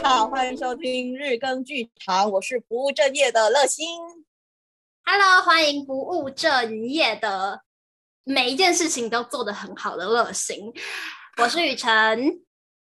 好，欢迎收听日更剧场，我是不务正业的乐心。 Hello，欢迎不务正业的每一件事情都做得很好的乐心，我是雨辰。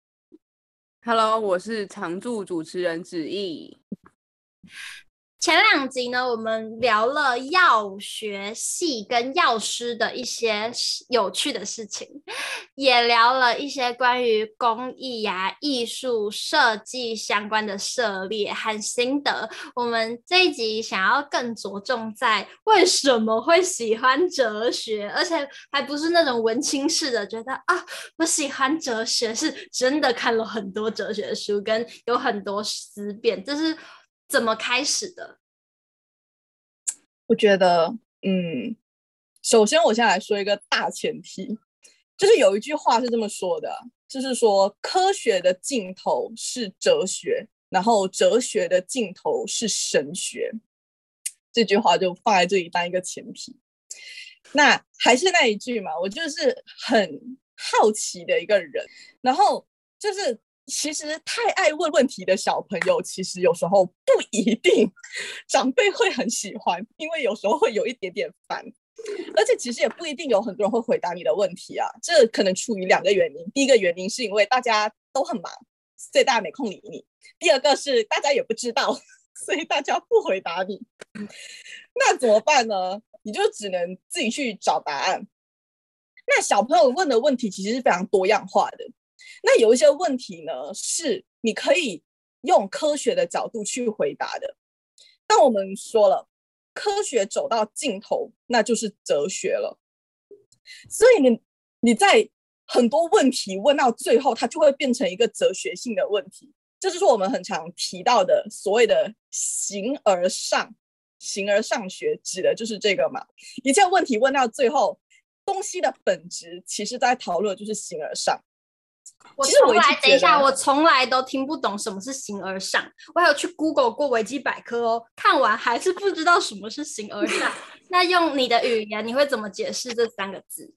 Hello，我是常驻主持人子毅。 前2集呢，我们聊了药学系跟药师的一些有趣的事情，也聊了一些关于工艺啊、艺术设计相关的涉猎和心得。我们这一集想要更着重在为什么会喜欢哲学，而且还不是那种文青式的觉得啊，我喜欢哲学是真的看了很多哲学书，跟有很多思辨，这是怎么开始的？ 我觉得，首先我先来说一个大前提，就是有一句话是这么说的，就是说科学的尽头是哲学，然后哲学的尽头是神学。这句话就放在这里当一个前提。那还是那一句嘛，我就是很好奇的一个人，然后就是其实太爱问问题的小朋友，其实有时候不一定长辈会很喜欢，因为有时候会有一点点烦，而且其实也不一定有很多人会回答你的问题啊。这可能出于2个原因，第一个原因是因为大家都很忙，所以大家没空理你；第二个是大家也不知道，所以大家不回答你。那怎么办呢？你就只能自己去找答案。那小朋友问的问题其实是非常多样化的。那有一些问题呢，是你可以用科学的角度去回答的。但我们说了，科学走到尽头，那就是哲学了。所以你在很多问题问到最后，它就会变成一个哲学性的问题。这就是我们很常提到的所谓的形而上学，指的就是这个嘛。一切问题问到最后，东西的本质其实在讨论就是形而上。 等一下，我从来都听不懂什么是形而上。我还有去 Google 过维基百科哦，看完还是不知道什么是形而上。那用你的语言，你会怎么解释这3个字？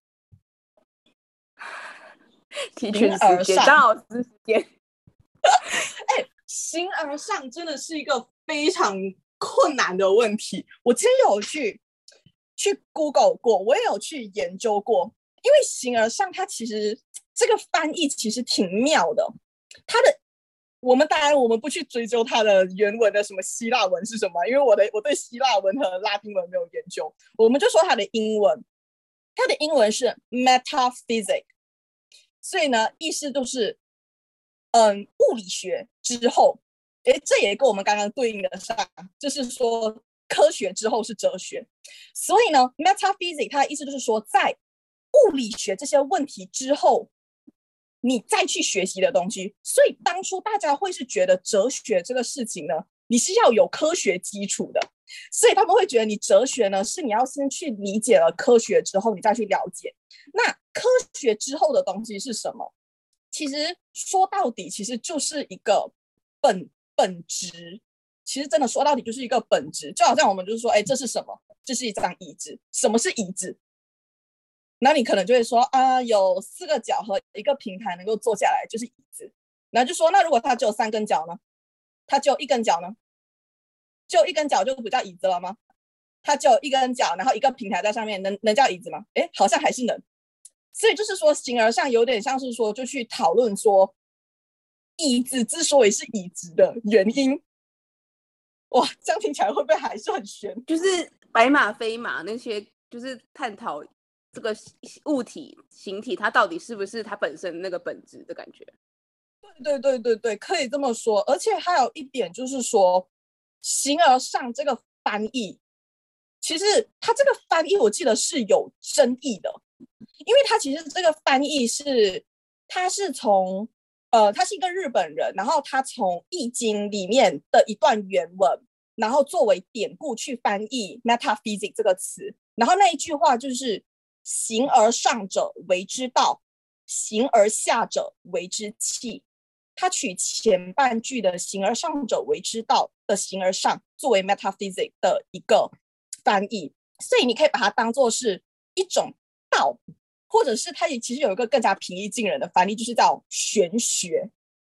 提取时间，张老师时间。 形而上真的是一个非常困难的问题。我今天有去 Google 过，我也有去研究过，因为形而上它其实这个翻译其实挺妙的。当然我们不去追究它的原文的什么希腊文是什么，因为我对希腊文和拉丁文没有研究，我们就说它的英文是 metaphysics， 所以呢意思就是物理学之后，这也跟我们刚刚对应的上，就是说科学之后是哲学。所以呢 metaphysics 它的意思就是说，在物理学这些问题之后，你再去学习的东西。所以当初大家会是觉得哲学这个事情呢，你是要有科学基础的，所以他们会觉得你哲学呢是你要先去理解了科学之后，你再去了解。那科学之后的东西是什么？其实说到底，其实就是一个本质。其实真的说到底就是一个本质，就好像我们就是说，这是什么？这是一张椅子。什么是椅子？那你可能就会说啊，有4个脚和1个平台能够坐下来就是椅子。然后就说，那如果它只有3根脚呢？它只有1根脚呢？只有1根脚就不叫椅子了吗？它只有1根脚，然后1个平台在上面，能叫椅子吗？好像还是能。所以就是说形而上有点像是说就去讨论说椅子之所以是椅子的原因。哇，这样听起来会不会还是很玄？ 就是白马非马那些，就是探讨这个物体形体它到底是不是它本身那个本质的感觉。 对，可以这么说。而且还有一点就是说，形而上这个翻译，其实它这个翻译我记得是有争议的。因为他其实这个翻译他是从他是一个日本人，然后他从易经里面的一段原文，然后作为典故去翻译 metaphysics 这个词。然后那一句话就是形而上者为之道，形而下者为之器。他取前半句的形而上者为之道的形而上作为 metaphysics 的一个翻译，所以你可以把它当作是一种道，或者是它也其实有一个更加平易近人的翻译，就是叫玄学。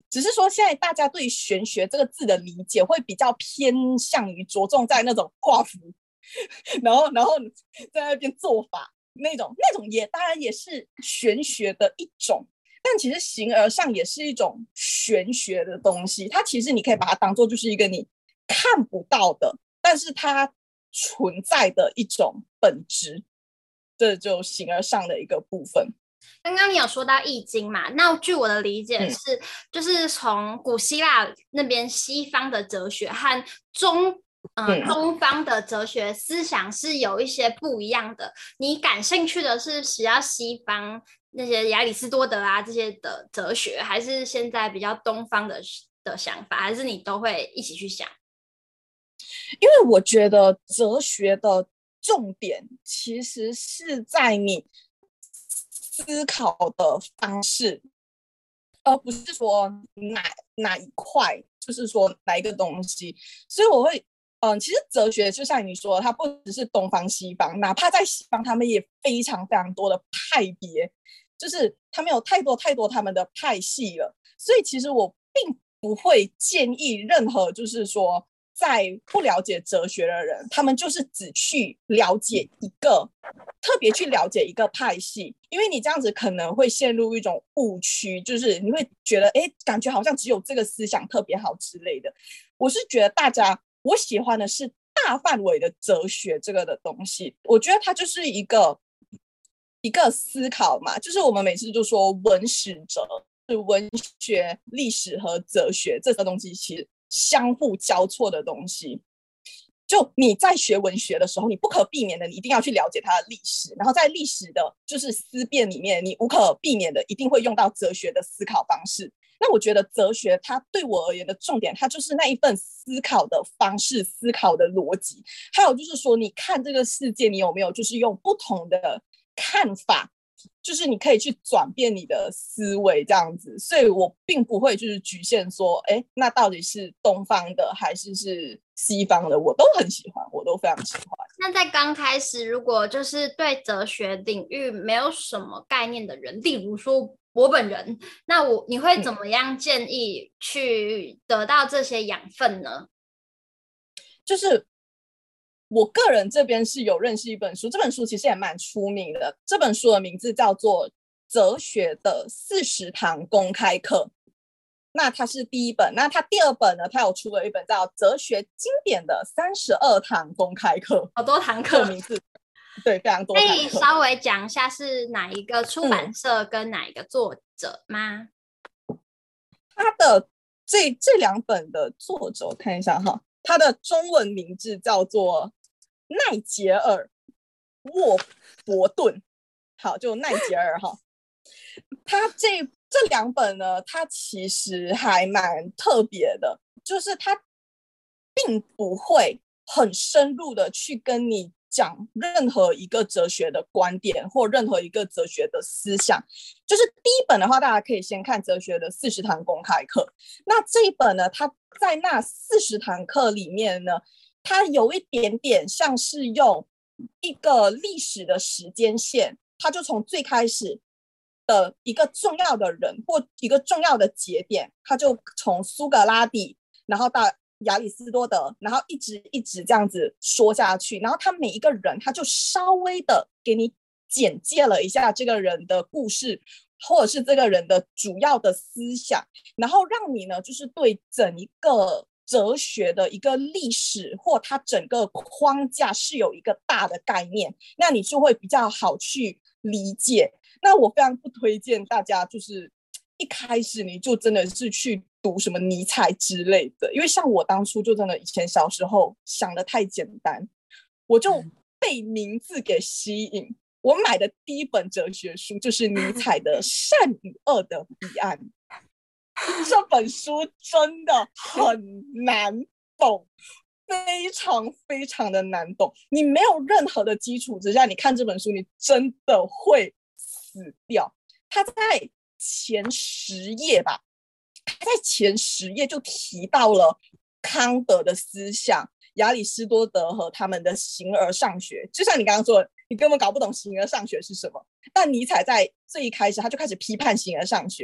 只是说现在大家对玄学这个字的理解会比较偏向于着重在那种画符，然后在那边做法那种也当然也是玄学的一种，但其实形而上也是一种玄学的东西，它其实你可以把它当做就是一个你看不到的，但是它存在的一种本质，这就形而上的一个部分。 刚刚你有说到易经嘛？那据我的理解是，就是从古希腊那边西方的哲学和东方的哲学思想是有一些不一样的。你感兴趣的是比较西方那些亚里士多德啊这些的哲学，还是现在比较东方的想法，还是你都会一起去想？ 因为我觉得哲学的重点其实是在你思考的方式，而不是说哪一块，就是说哪一个东西。所以我会，其实哲学就像你说的，它不只是东方西方，哪怕在西方，他们也非常非常多的派别，就是他们有太多他们的派系了。所以其实我并不会建议任何就是说在不了解哲学的人，他们就是只去了解一个，特别去了解一个派系，因为你这样子可能会陷入一种误区，就是你会觉得，感觉好像只有这个思想特别好之类的。我是觉得我喜欢的是大范围的哲学这个的东西，我觉得它就是一个思考嘛，就是我们每次就说文史哲，是文学、历史和哲学这个东西其实相互交错的东西。就你在学文学的时候，你不可避免的，你一定要去了解它的历史，然后在历史的就是思辨里面，你无可避免的一定会用到哲学的思考方式。那我觉得哲学它对我而言的重点，它就是那一份思考的方式、思考的逻辑，还有就是说你看这个世界，你有没有就是用不同的看法，就是你可以去转变你的思维这样子。所以我并不会就是局限说，那到底是东方的还是西方的，我都很喜欢，我都非常喜欢。 那在刚开始，如果就是对哲学领域没有什么概念的人，例如说我本人，那你会怎么样建议去得到这些养分呢？ 就是我个人这边是有认识一本书，这本书其实也蛮出名的，这本书的名字叫做《哲学的40堂公开课》。那它是第一本，那它第二本呢，它有出了一本叫《哲学经典的32堂公开课》， 好多堂课名字，对，非常多堂课。 可以稍微讲一下是哪一个出版社跟哪一个作者吗？ 它的这两本的作者，我看一下哈，它的中文名字叫做奈杰尔·沃伯顿，好，就奈杰尔哈。他这两本呢，它其实还蛮特别的，就是它并不会很深入的去跟你讲任何一个哲学的观点或任何一个哲学的思想。就是第一本的话，大家可以先看哲学的40堂公开课。那这一本呢，它在那40堂课里面呢，它有一点点像是用一个历史的时间线，它就从最开始的一个重要的人或一个重要的节点，它就从苏格拉底，然后到亚里士多德，然后一直这样子说下去，然后他每一个人他就稍微的给你简介了一下这个人的故事，或者是这个人的主要的思想，然后让你呢就是对整一个哲学的一个历史或它整个框架是有一个大的概念，那你就会比较好去理解。那我非常不推荐大家就是一开始你就真的是去读什么尼采之类的，因为像我当初就真的以前小时候想的太简单，我就被名字给吸引。我买的第一本哲学书就是尼采的《善与恶的彼岸》，这本书真的很难懂，非常非常的难懂。你没有任何的基础之下，你看这本书，你真的会死掉。他在前10页吧，他在前10页就提到了康德的思想、亚里士多德和他们的形而上学。就像你刚刚说的，你根本搞不懂形而上学是什么，但尼采在最一开始他就开始批判形而上学。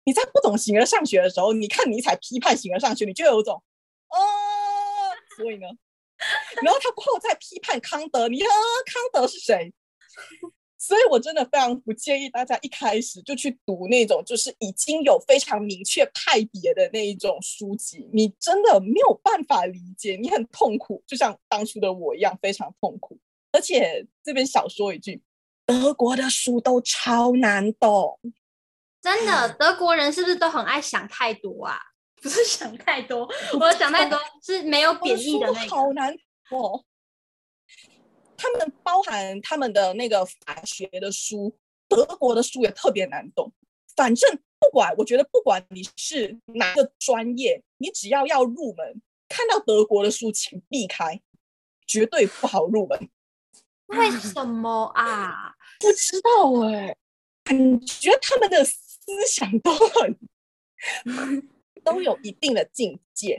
你在不懂形而上学的时候，你看尼采批判形而上学，你就有一种所以呢，然后他过后再批判康德，你康德是谁？所以我真的非常不建议大家一开始就去读那种就是已经有非常明确派别的那一种书籍，你真的没有办法理解，你很痛苦，就像当初的我一样非常痛苦。而且这边小说一句，德国的书都超难懂。 真的，德国人是不是都很爱想太多啊？不是想太多，我想太多是没有贬义的那个。 好难懂。他们包含他们的那个法学的书，德国的书也特别难懂。反正我觉得不管你是哪个专业，你只要入门，看到德国的书请避开，绝对不好入门。 为什么啊？ 不知道感觉他们的思想都有一定的境界。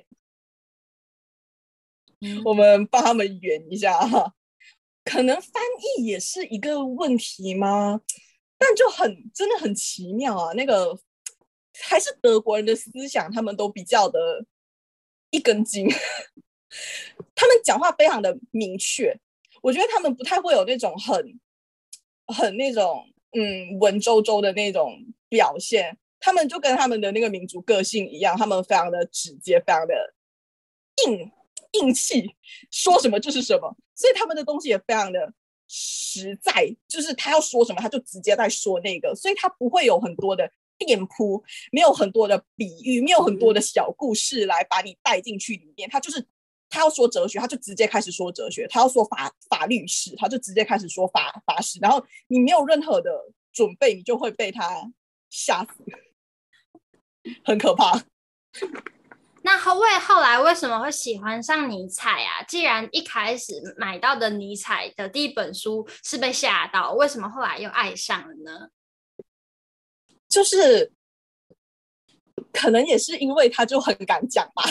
我们帮他们圆一下哈。可能翻译也是一个问题吗？但就真的很奇妙啊。那个还是德国人的思想，他们都比较的一根筋。他们讲话非常的明确，我觉得他们不太会有那种很那种文绉绉的那种表现。他们就跟他们的那个民族个性一样，他们非常的直接，非常的硬气，说什么就是什么，所以他们的东西也非常的实在，就是他要说什么他就直接在说那个，所以他不会有很多的垫铺，没有很多的比喻，没有很多的小故事来把你带进去里面。他要说哲学，他就直接开始说哲学；他要说法律史，他就直接开始说法史。然后你没有任何的准备，你就会被他吓死，很可怕。 那后来为什么会喜欢上尼采啊？既然一开始买到的尼采的第一本书是被吓到，为什么后来又爱上了呢？ 就是可能也是因为他就很敢讲吧。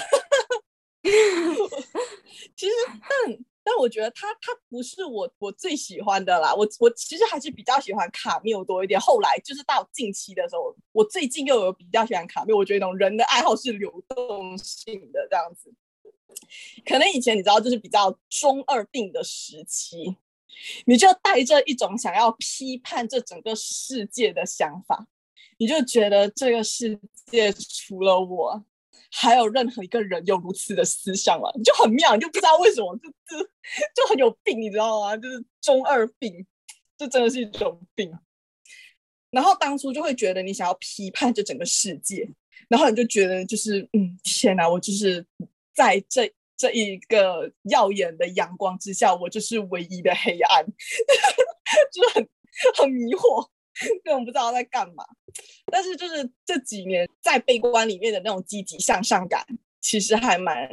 其实但我觉得他不是我最喜欢的啦。我其实还是比较喜欢卡缪多一点。后来就是到近期的时候，我最近又有比较喜欢卡缪。我觉得那种人的爱好是流动性的这样子。可能以前你知道就是比较中二病的时期，你就带着一种想要批判这整个世界的想法，你就觉得这个世界除了我还有任何一个人有如此的思想了，你就很妙，你就不知道为什么就很有病，你知道吗？就是中二病，这真的是一种病。然后当初就会觉得你想要批判这整个世界，然后你就觉得就是天哪，我就是在这一个耀眼的阳光之下，我就是唯一的黑暗。就是很迷惑，根本不知道在干嘛。但是就是这几年在悲观里面的那种积极向上感，其实还蛮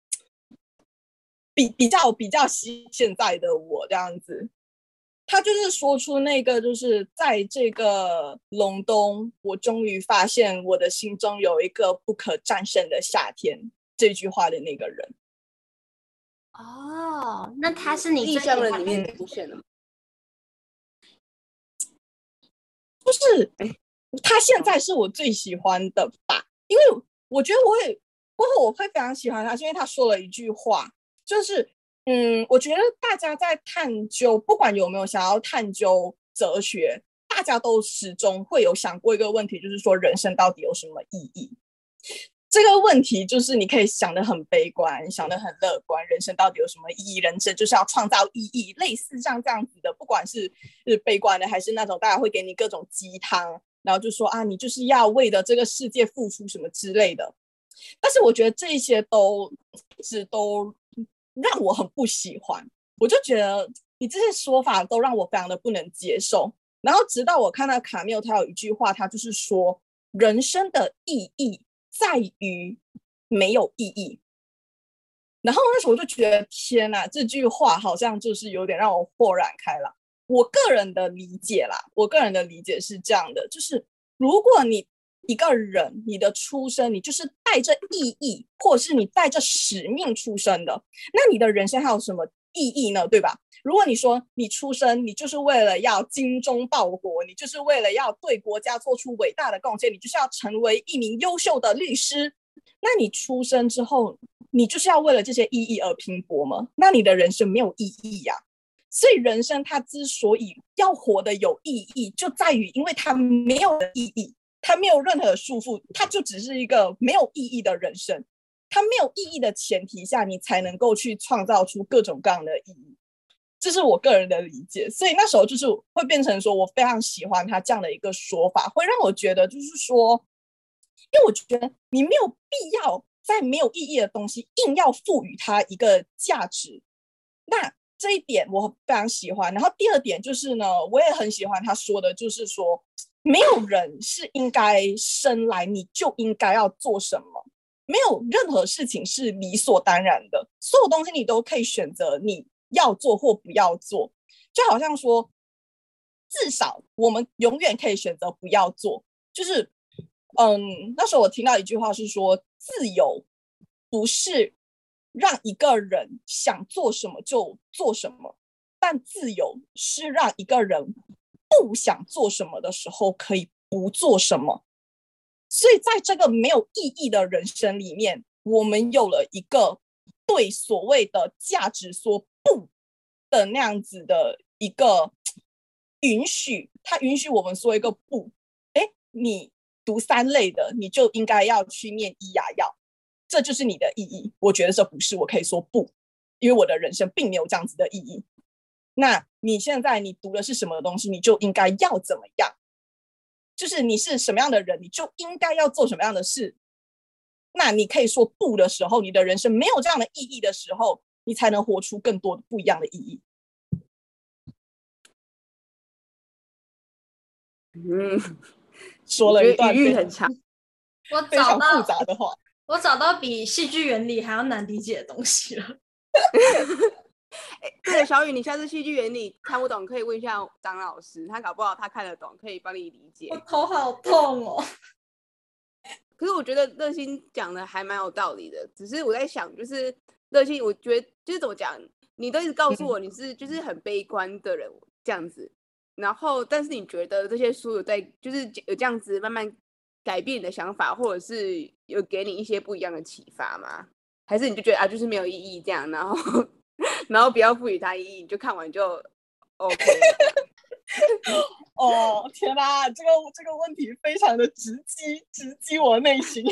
比较吸现在的我这样子。他就是说出那个就是在这个隆冬，我终于发现我的心中有一个不可战胜的夏天这句话的那个人。 哦，那他是你印象的里面出现了吗？ 就是他现在是我最喜欢的吧，因为我觉得过后我会非常喜欢他，是因为他说了一句话，就是我觉得大家在探究，不管有没有想要探究哲学，大家都始终会有想过一个问题，就是说人生到底有什么意义。这个问题就是你可以想得很悲观，想得很乐观，人生到底有什么意义？人生就是要创造意义，类似像这样子的，不管是悲观的，还是那种大家会给你各种鸡汤，然后就说啊，你就是要为了这个世界付出什么之类的。但是我觉得这些都让我很不喜欢，我就觉得你这些说法都让我非常的不能接受。然后直到我看到卡缪，他有一句话，他就是说人生的意义在于没有意义。然后那时候我就觉得天哪，这句话好像就是有点让我豁然开朗。我个人的理解是这样的，就是如果你一个人你的出生你就是带着意义，或者是你带着使命出生的，那你的人生还有什么意义呢？对吧？ 如果你说你出生，你就是为了要精忠报国，你就是为了要对国家做出伟大的贡献，你就是要成为一名优秀的律师，那你出生之后，你就是要为了这些意义而拼搏吗？那你的人生没有意义呀。所以人生它之所以要活得有意义，就在于因为它没有意义，它没有任何束缚，它就只是一个没有意义的人生。它没有意义的前提下，你才能够去创造出各种各样的意义。这是我个人的理解，所以那时候就是会变成说我非常喜欢他这样的一个说法，会让我觉得就是说，因为我觉得你没有必要在没有意义的东西硬要赋予它一个价值。那这一点我非常喜欢。然后第二点就是呢，我也很喜欢他说的，就是说没有人是应该生来你就应该要做什么，没有任何事情是理所当然的，所有东西你都可以选择你要做或不要做。就好像说至少我们永远可以选择不要做。就是那时候我听到一句话是说，自由不是让一个人想做什么就做什么，但自由是让一个人不想做什么的时候可以不做什么。所以在这个没有意义的人生里面，我们有了一个对所谓的价值说不的那样子的一个允许，它允许我们说一个不。你读3类的，你就应该要去念医牙药，这就是你的意义。我觉得这不是，我可以说不，因为我的人生并没有这样子的意义。那你现在你读的是什么东西，你就应该要怎么样，就是你是什么样的人，你就应该要做什么样的事。那你可以说不的时候，你的人生没有这样的意义的时候，你才能活出更多的不一样的意义。说了一段语很长， 非常复杂的话。 我找到比戏剧原理还要难理解的东西了。 对了，小雨，你下次戏剧原理看不懂，可以问一下张老师，他搞不好他看得懂，可以帮你理解。 我头好痛哦。 可是我觉得乐馨讲的还蛮有道理的，只是我在想，就是乐馨，我觉得就是怎么讲，你都一直告诉我你是就是很悲观的人这样子，然后但是你觉得这些书有在就是有这样子慢慢改变你的想法，或者是有给你一些不一样的启发吗？还是你就觉得啊就是没有意义这样，然后然后不要赋予它意义，你就看完就 OK 哦天哪，这个问题非常的直击我内心。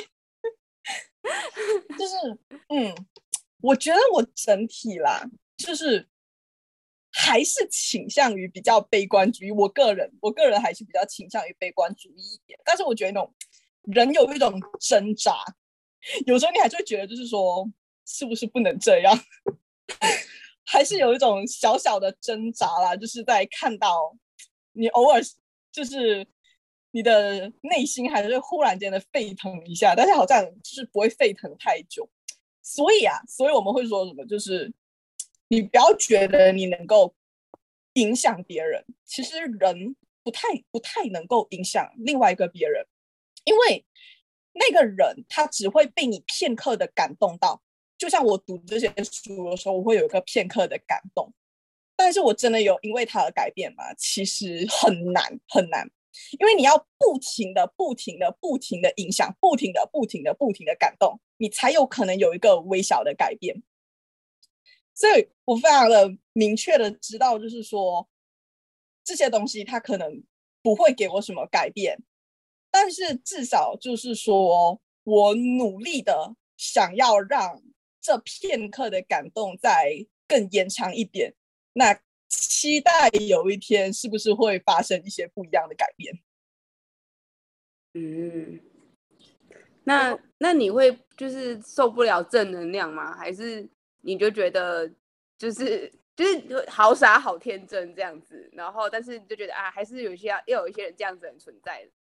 就是我觉得我整体啦，就是还是倾向于比较悲观主义。我个人还是比较倾向于悲观主义一点，但是我觉得那种人有一种挣扎，有时候你还是会觉得就是说是不是不能这样。还是有一种小小的挣扎啦，就是在看到你偶尔就是你的内心还是会忽然间的沸腾一下，但是好像就是不会沸腾太久。所以我们会说什么，就是你不要觉得你能够影响别人，其实人不太能够影响另外一个别人，因为那个人他只会被你片刻的感动到。就像我读这些书的时候，我会有一个片刻的感动，但是我真的有因为它而改变吗？其实很难，因为你要不停的影响，不停的感动，你才有可能有一个微小的改变。所以我非常的明确的知道，就是说这些东西它可能不会给我什么改变，但是至少就是说我努力的想要让这片刻的感动再更延长一点，那期待有一天是不是会发生一些不一样的改变。 那你会就是受不了正能量吗？还是你就觉得就是好傻好天真这样子，然后但是你就觉得啊，还是有一些人这样子很存在的。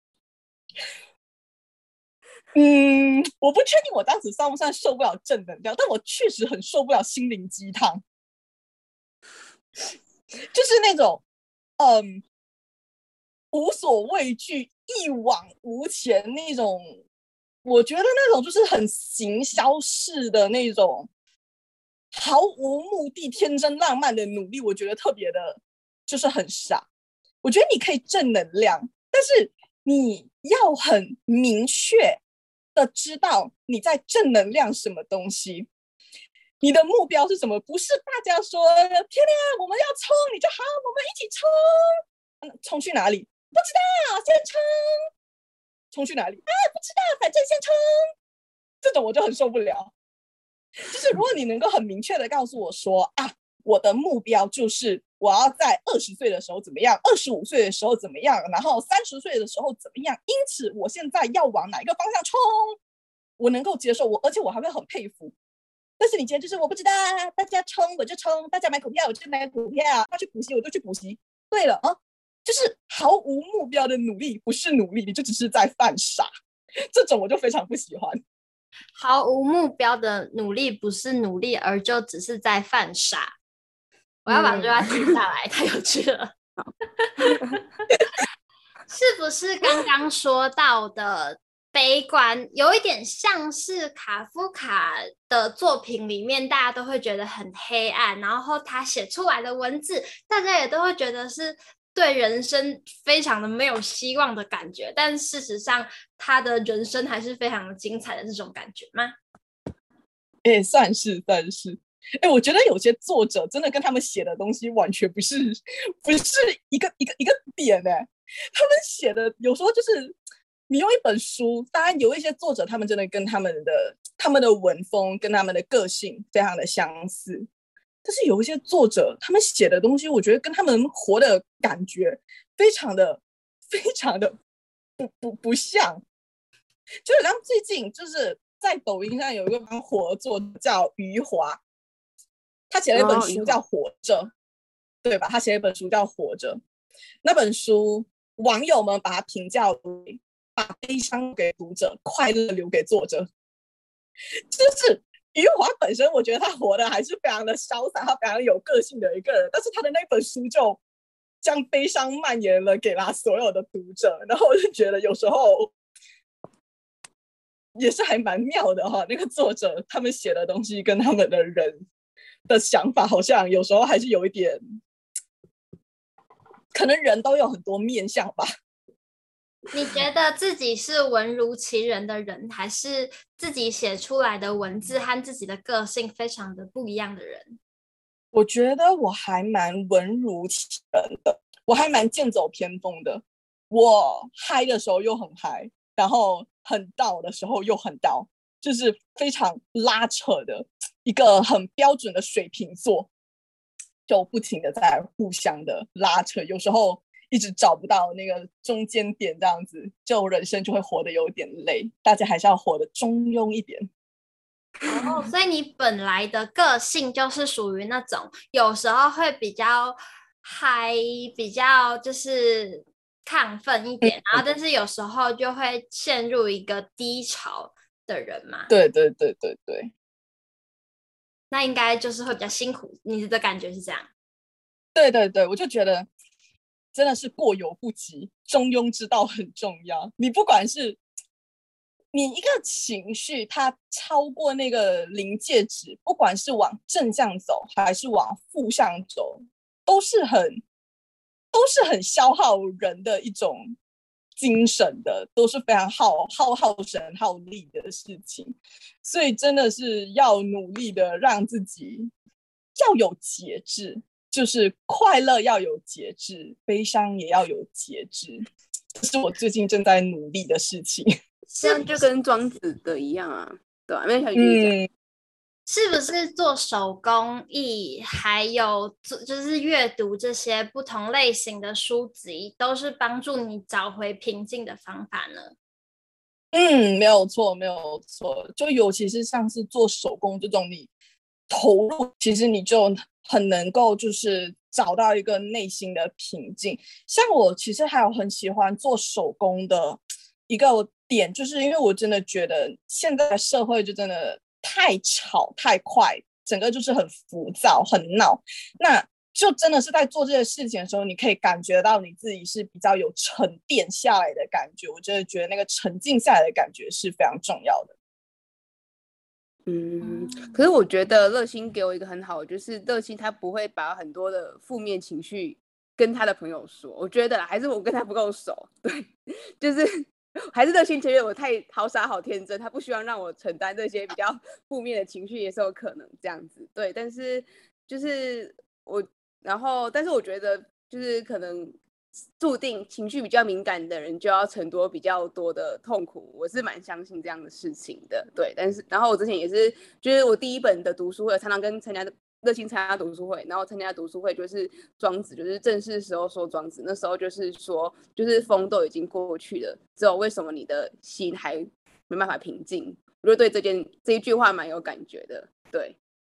我不确定我当时算不算受不了正能量，但我确实很受不了心灵鸡汤，就是那种无所畏惧一往无前那种，我觉得那种就是很行销式的那种毫无目的、天真浪漫的努力，我觉得特别的，就是很傻。我觉得你可以正能量，但是你要很明确的知道你在正能量什么东西，你的目标是什么？不是大家说天亮我们要冲，你就好，我们一起冲，冲去哪里？不知道，先冲，冲去哪里？不知道，反正先冲。这种我就很受不了。就是如果你能够很明确的告诉我说我的目标就是我要在20岁的时候怎么样，25岁的时候怎么样，然后30岁的时候怎么样，因此我现在要往哪一个方向冲，我能够接受，而且我还会很佩服。但是你今天就是我不知道，大家冲我就冲，大家买股票我就买股票，要去补习我就去补习。对了就是毫无目标的努力不是努力，你就只是在犯傻，这种我就非常不喜欢。 毫无目标的努力不是努力，而就只是在犯傻。我要把这句话记下来，太有趣了。是不是刚刚说到的悲观，有一点像是卡夫卡的作品里面，大家都会觉得很黑暗，然后他写出来的文字，大家也都会觉得是对人生非常的没有希望的感觉，但事实上他的人生还是非常的精彩的这种感觉吗？ 算是。我觉得有些作者真的跟他们写的东西完全不是一个点他们写的有时候就是你用一本书，当然有一些作者他们真的跟他们的文风跟他们的个性非常的相似，但是有一些作者他们写的东西，我觉得跟他们活的感觉非常的不像。就像最近就是在抖音上有一个蛮火的作者叫余华，他写了一本书叫《活着》，对吧？他写了一本书叫《活着》，那本书网友们把它评价为把悲伤给读者，快乐留给作者。就是余华本身，我觉得他活的还是非常的潇洒，他非常有个性的一个人，但是他的那本书就将悲伤蔓延了给他所有的读者，然后我就觉得有时候也是还蛮妙的那个作者他们写的东西跟他们的人的想法好像有时候还是有一点，可能人都有很多面向吧。 你觉得自己是文如其人的人，还是自己写出来的文字和自己的个性非常的不一样的人？ 我觉得我还蛮文如其人的，我还蛮剑走偏锋的。我嗨的时候又很嗨，然后很down的时候又很down，就是非常拉扯的一个很标准的水瓶座，就不停的在互相的拉扯，有时候一直找不到那个中间点，这样子就人生就会活得有点累。大家还是要活得中庸一点。 所以你本来的个性就是属于那种有时候会比较嗨，比较就是亢奋一点，然后但是有时候就会陷入一个低潮的人嘛。 对。 那应该就是会比较辛苦，你的感觉是这样？ 对，我就觉得真的是过犹不及，中庸之道很重要。你不管是你一个情绪它超过那个临界值，不管是往正向走还是往负向走，都是很消耗人的一种精神的，都是非常耗神耗力的事情。所以真的是要努力的让自己要有节制，就是快乐要有节制，悲伤也要有节制，这是我最近正在努力的事情。 这样就跟庄子的一样啊，对吧？没有小鱼讲， 是不是做手工艺，还有就是阅读这些不同类型的书籍，都是帮助你找回平静的方法呢？ 没有错，就尤其是像是做手工这种，你投入，其实你就很能够就是找到一个内心的平静。像我其实还有很喜欢做手工的一个点，就是因为我真的觉得现在的社会就真的太吵太快，整个就是很浮躁很闹，那就真的是在做这些事情的时候，你可以感觉到你自己是比较有沉淀下来的感觉。我真的觉得那个沉静下来的感觉是非常重要的。 可是我觉得乐心给我一个很好的，就是乐心他不会把很多的负面情绪跟他的朋友说。我觉得啦，还是我跟他不够熟，对，就是还是乐心觉得我太好傻好天真，他不希望让我承担这些比较负面的情绪，也是有可能这样子。对，但是就是但是我觉得就是可能注定情绪比较敏感的人就要承多比较多的痛苦，我是蛮相信这样的事情的。对，但是然后我之前也是，就是我第一本的读书会，常常跟热心参加读书会，然后参加读书会就是庄子，就是正式时候说庄子，那时候就是说，就是风都已经过去了，只有为什么你的心还没办法平静？我就对这一句话蛮有感觉的。对，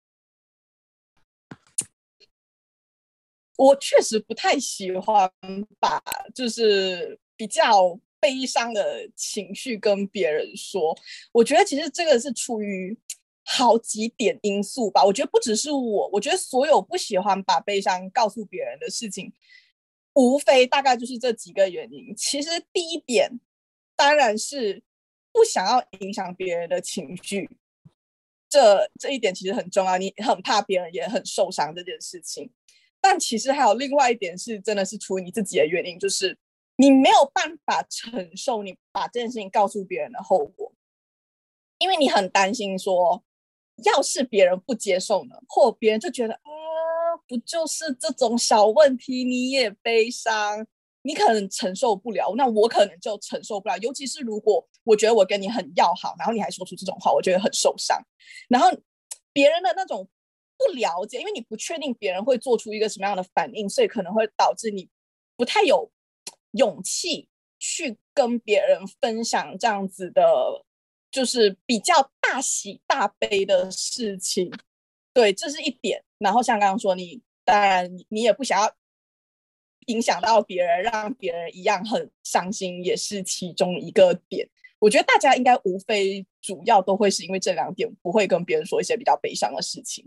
我确实不太喜欢把就是比较悲伤的情绪跟别人说。我觉得其实这个是出于好几点因素吧。我觉得不只是我觉得所有不喜欢把悲伤告诉别人的事情，无非大概就是这几个原因。其实第一点当然是不想要影响别人的情绪，这一点其实很重要，你很怕别人也很受伤这件事情。但其实还有另外一点是，真的是出于你自己的原因，就是你没有办法承受你把这件事情告诉别人的后果，因为你很担心说，要是别人不接受呢，或别人就觉得不就是这种小问题你也悲伤，你可能承受不了，那我可能就承受不了。尤其是如果我觉得我跟你很要好，然后你还说出这种话，我觉得很受伤。然后别人的那种不了解，因为你不确定别人会做出一个什么样的反应，所以可能会导致你不太有勇气去跟别人分享这样子的，就是比较大喜大悲的事情。对，这是一点。然后像刚刚说，你当然你也不想要影响到别人，让别人一样很伤心，也是其中一个点。我觉得大家应该无非主要都会是因为这两点，不会跟别人说一些比较悲伤的事情。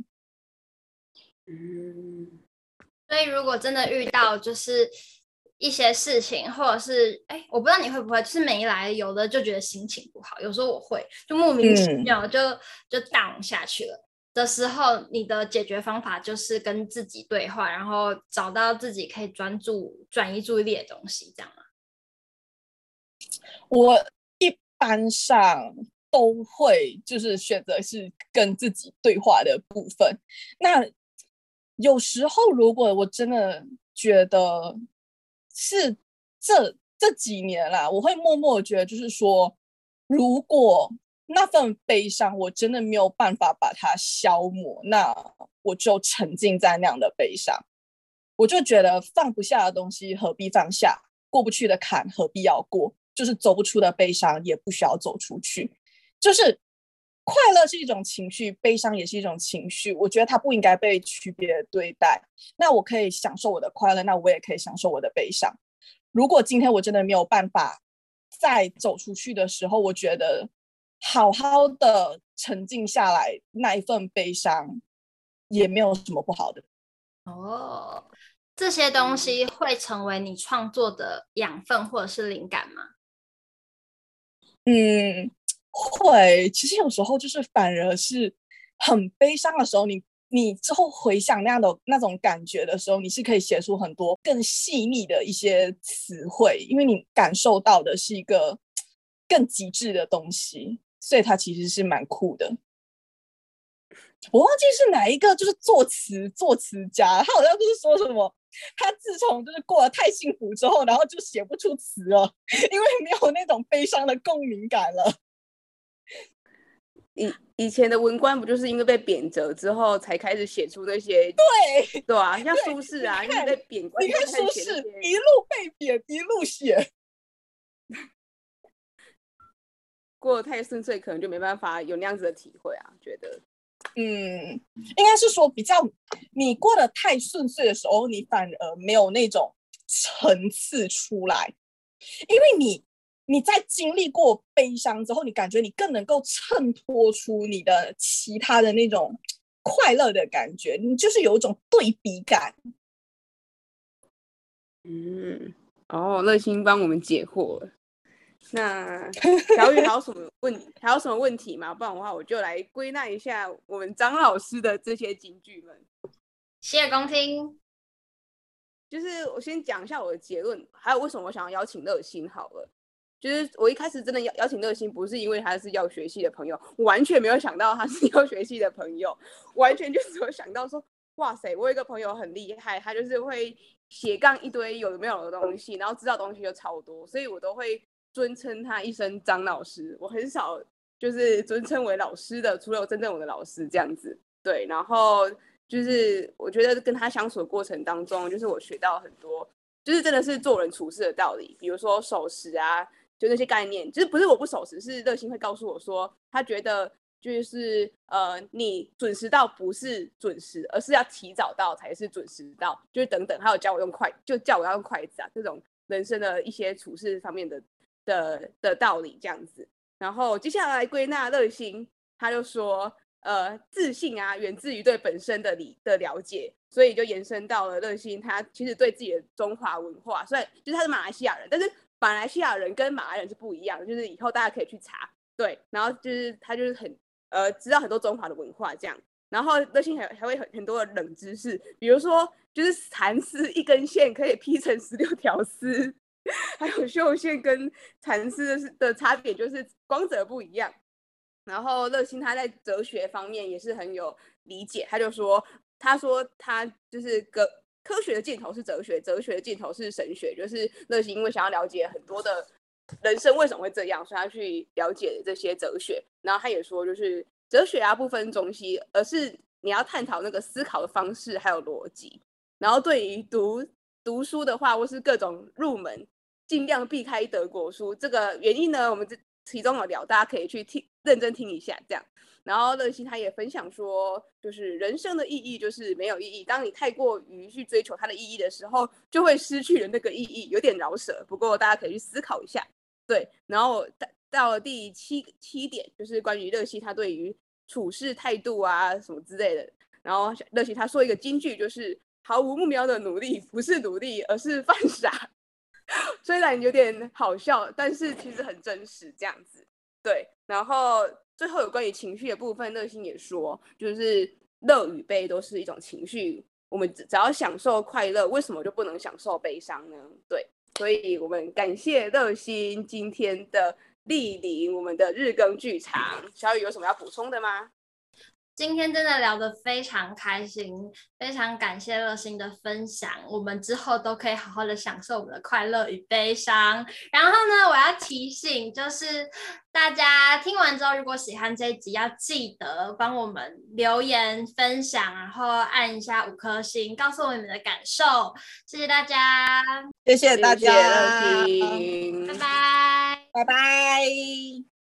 所以如果真的遇到就是一些事情，或者是我不知道你会不会，就是没来由的就觉得心情不好，有时候我会就莫名其妙就down 下去了的时候，你的解决方法就是跟自己对话，然后找到自己可以专注转移注意力的东西，这样吗？ 我一般上都会就是选择是跟自己对话的部分。那有时候如果我真的觉得是这几年啦，我会默默觉得就是说，如果那份悲伤我真的没有办法把它消磨，那我就沉浸在那样的悲伤。我就觉得放不下的东西何必放下，过不去的坎何必要过，就是走不出的悲伤也不需要走出去。就是快乐是一种情绪，悲伤也是一种情绪，我觉得它不应该被区别对待。那我可以享受我的快乐，那我也可以享受我的悲伤。如果今天我真的没有办法再走出去的时候，我觉得好好的沉静下来，那一份悲伤也没有什么不好的。 哦，这些东西会成为你创作的养分或者是灵感吗？ 会。其实有时候就是反而是很悲伤的时候，你之后回想那样的那种感觉的时候，你是可以写出很多更细腻的一些词汇，因为你感受到的是一个更极致的东西，所以它其实是蛮酷的。我忘记是哪一个，就是作词家，他好像就是说什么，他自从就是过得太幸福之后，然后就写不出词了，因为没有那种悲伤的共鸣感了。 以前的文官不就是因为被贬谪之后才开始写出那些对啊，像苏轼啊，因为被贬官， 你看苏轼一路被贬一路写， 过得太顺遂，可能就没办法有那样子的体会啊，觉得。 应该是说比较你过得太顺遂的时候，你反而没有那种层次出来，因为你在经历过悲伤之后，你感觉你更能够衬托出你的其他的那种快乐的感觉，你就是有一种对比感。 乐心帮我们解惑了。 那小雨还有什么问题吗？不然的话，我就来归纳一下我们张老师的这些金句们。 洗耳恭听。 就是我先讲一下我的结论，还有为什么我想要邀请乐心好了。就是我一开始真的邀请乐心，不是因为他是药学系的朋友，我完全没有想到他是药学系的朋友，完全就只有想到说，哇塞，我有一个朋友很厉害，他就是会斜杠一堆有没有的东西，然后知道东西就超多，所以我都会尊称他一声张老师，我很少就是尊称为老师的，除了真正我的老师这样子。对，然后就是我觉得跟他相处的过程当中，就是我学到很多，就是真的是做人处事的道理，比如说守时啊，就那些概念，就是不是我不守时，是乐心会告诉我说，他觉得就是你准时到不是准时，而是要提早到才是准时到，就是等等，还有教我用叫我要用筷子啊，这种人生的一些处事方面的道理这样子。然后接下来归纳乐心，他就说自信啊源自于对本身的了解，所以就延伸到了乐心他其实对自己的中华文化，虽然就是他是马来西亚人，但是马来西亚人跟马来人是不一样的，就是以后大家可以去查。对，然后就是他就是很知道很多中华的文化这样。然后乐心还会很多的冷知识，比如说就是蚕丝一根线可以劈成16条丝，还有绣线跟蚕丝的差别就是光泽不一样。然后乐心他在哲学方面也是很有理解，他说他就是科学的尽头是哲学，哲学的尽头是神学，就是乐心因为想要了解很多的人生为什么会这样，所以他去了解这些哲学。然后他也说，就是哲学啊不分中西，而是你要探讨那个思考的方式还有逻辑。然后对于读书的话，或是各种入门，尽量避开德国书。这个原因呢，我们其中有聊，大家可以去认真听一下这样。然后乐心他也分享说，就是人生的意义就是没有意义，当你太过于去追求它的意义的时候，就会失去了那个意义，有点饶舌，不过大家可以去思考一下。对，然后到了第七点，就是关于乐心他对于处事态度啊什么之类的。然后乐心他说一个金句，就是毫无目标的努力不是努力，而是犯傻。虽然有点好笑，但是其实很真实这样子。对，然后最后有关于情绪的部分，乐心也说，就是乐与悲都是一种情绪，我们只要享受快乐，为什么就不能享受悲伤呢？对，所以我们感谢乐心今天的莅临我们的日更剧场。小雨有什么要补充的吗？ 今天真的聊得非常开心，非常感谢乐心的分享，我们之后都可以好好的享受我们的快乐与悲伤。然后呢，我要提醒就是大家听完之后，如果喜欢这一集，要记得帮我们留言分享，然后按一下5颗星，告诉我你们的感受。谢谢大家， 谢谢大家， 谢谢乐心， 拜拜， 拜拜。